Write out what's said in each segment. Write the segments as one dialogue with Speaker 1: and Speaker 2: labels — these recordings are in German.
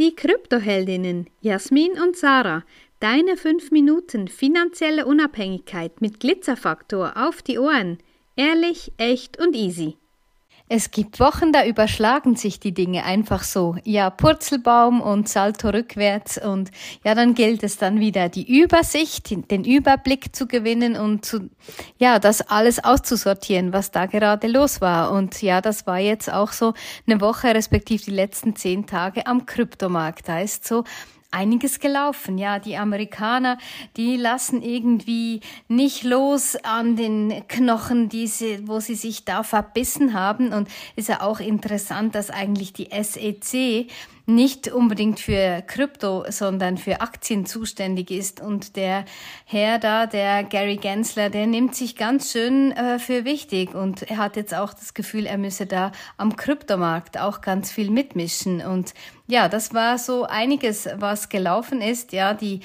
Speaker 1: Die Kryptoheldinnen Jasmin und Sarah. Deine 5 Minuten finanzielle Unabhängigkeit mit Glitzerfaktor auf die Ohren. Ehrlich, echt und easy.
Speaker 2: Es gibt Wochen, da überschlagen sich die Dinge einfach so. Ja, Purzelbaum und Salto rückwärts und ja, dann gilt es dann wieder die Übersicht, den Überblick zu gewinnen und das alles auszusortieren, was da gerade los war. Und ja, das war jetzt auch so eine Woche, respektive die letzten 10 Tage am Kryptomarkt. Da ist so einiges gelaufen. Ja, die Amerikaner, die lassen irgendwie nicht los an den Knochen, wo sie sich da verbissen haben. Und ist ja auch interessant, dass eigentlich die SEC nicht unbedingt für Krypto, sondern für Aktien zuständig ist. Und der Herr da, der Gary Gensler, der nimmt sich ganz schön für wichtig. Und er hat jetzt auch das Gefühl, er müsse da am Kryptomarkt auch ganz viel mitmischen. Und ja, das war so einiges, was gelaufen ist. Ja, die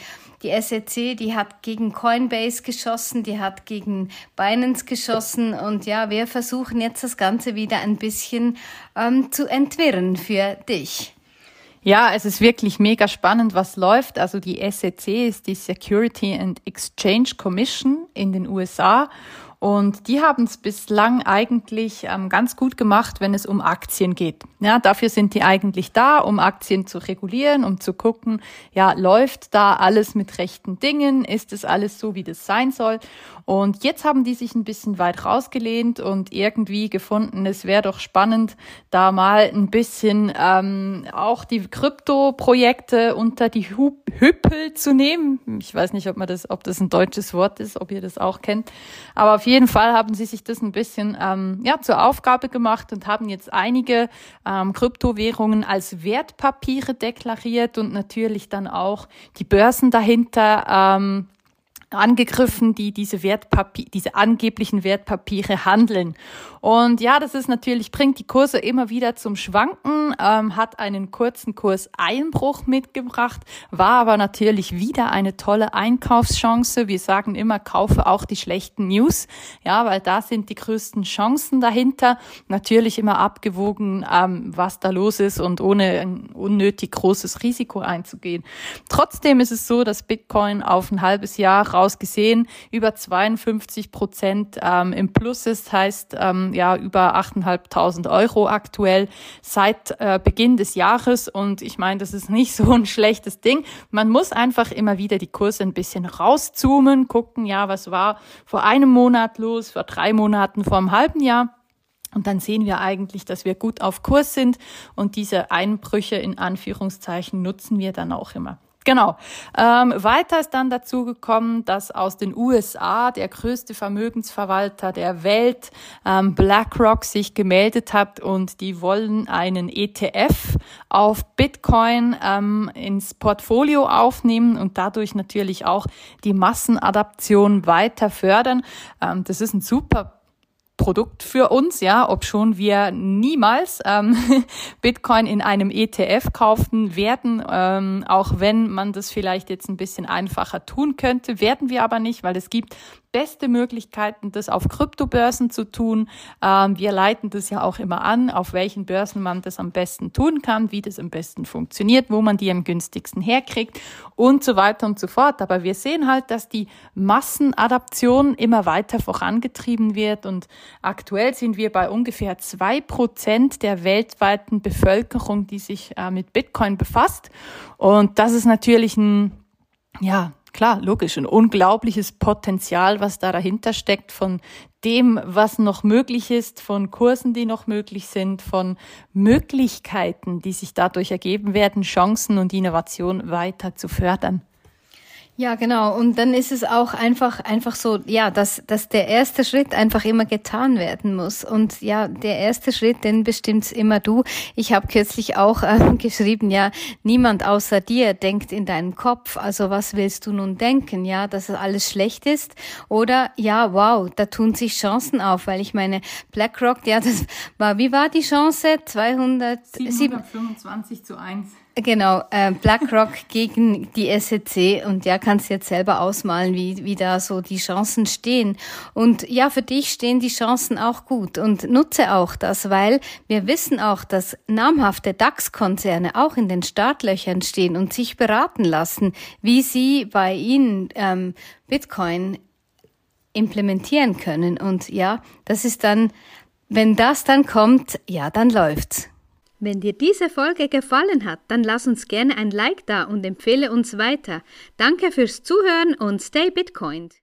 Speaker 2: SEC, die hat gegen Coinbase geschossen, die hat gegen Binance geschossen. Und ja, wir versuchen jetzt das Ganze wieder ein bisschen zu entwirren für dich.
Speaker 3: Ja, es ist wirklich mega spannend, was läuft. Also die SEC ist die Security and Exchange Commission in den USA. Und die haben es bislang eigentlich ganz gut gemacht, wenn es um Aktien geht. Ja, dafür sind die eigentlich da, um Aktien zu regulieren, um zu gucken, ja, läuft da alles mit rechten Dingen? Ist es alles so, wie das sein soll? Und jetzt haben die sich ein bisschen weit rausgelehnt und irgendwie gefunden, es wäre doch spannend, da mal ein bisschen auch die Krypto-Projekte unter die Hüppel zu nehmen. Ich weiß nicht, ob das ein deutsches Wort ist, ob ihr das auch kennt. Aber auf jeden Fall haben sie sich das ein bisschen zur Aufgabe gemacht und haben jetzt einige Kryptowährungen als Wertpapiere deklariert und natürlich dann auch die Börsen dahinter angegriffen, die diese angeblichen Wertpapiere handeln. Und ja, das ist natürlich, bringt die Kurse immer wieder zum Schwanken, hat einen kurzen Kurseinbruch mitgebracht, war aber natürlich wieder eine tolle Einkaufschance. Wir sagen immer, kaufe auch die schlechten News, ja, weil da sind die größten Chancen dahinter. Natürlich immer abgewogen, was da los ist und ohne ein unnötig großes Risiko einzugehen. Trotzdem ist es so, dass Bitcoin auf ein halbes Jahr rausgesehen über 52% im Plus ist, heißt über 8.500 Euro aktuell seit Beginn des Jahres. Und ich meine, das ist nicht so ein schlechtes Ding. Man muss einfach immer wieder die Kurse ein bisschen rauszoomen, gucken, ja, was war vor einem Monat los, vor 3 Monaten, vor einem halben Jahr. Und dann sehen wir eigentlich, dass wir gut auf Kurs sind. Und diese Einbrüche in Anführungszeichen nutzen wir dann auch immer. Genau. Weiter ist dann dazu gekommen, dass aus den USA der größte Vermögensverwalter der Welt, BlackRock, sich gemeldet hat und die wollen einen ETF auf Bitcoin ins Portfolio aufnehmen und dadurch natürlich auch die Massenadaption weiter fördern. Das ist ein super Produkt für uns, ja, obschon wir niemals Bitcoin in einem ETF kaufen werden, auch wenn man das vielleicht jetzt ein bisschen einfacher tun könnte, werden wir aber nicht, weil es gibt beste Möglichkeiten, das auf Kryptobörsen zu tun. Wir leiten das ja auch immer an, auf welchen Börsen man das am besten tun kann, wie das am besten funktioniert, wo man die am günstigsten herkriegt und so weiter und so fort. Aber wir sehen halt, dass die Massenadaption immer weiter vorangetrieben wird und aktuell sind wir bei ungefähr 2% der weltweiten Bevölkerung, die sich mit Bitcoin befasst. Und das ist natürlich ein unglaubliches Potenzial, was da dahinter steckt von dem, was noch möglich ist, von Kursen, die noch möglich sind, von Möglichkeiten, die sich dadurch ergeben werden, Chancen und Innovation weiter zu fördern.
Speaker 2: Ja, genau. Und dann ist es auch einfach so, ja, dass der erste Schritt einfach immer getan werden muss. Und ja, der erste Schritt, den bestimmt's immer du. Ich habe kürzlich auch geschrieben, ja, niemand außer dir denkt in deinem Kopf. Also was willst du nun denken? Ja, dass alles schlecht ist? Oder ja, wow, da tun sich Chancen auf, weil ich meine, BlackRock, ja, wie war die Chance?
Speaker 3: 725:1.
Speaker 2: Genau, BlackRock gegen die SEC und ja, kannst jetzt selber ausmalen, wie da so die Chancen stehen. Und ja, für dich stehen die Chancen auch gut und nutze auch das, weil wir wissen auch, dass namhafte DAX-Konzerne auch in den Startlöchern stehen und sich beraten lassen, wie sie bei ihnen Bitcoin implementieren können. Und ja, das ist dann, wenn das dann kommt, ja, dann läuft's.
Speaker 1: Wenn dir diese Folge gefallen hat, dann lass uns gerne ein Like da und empfehle uns weiter. Danke fürs Zuhören und stay Bitcoined.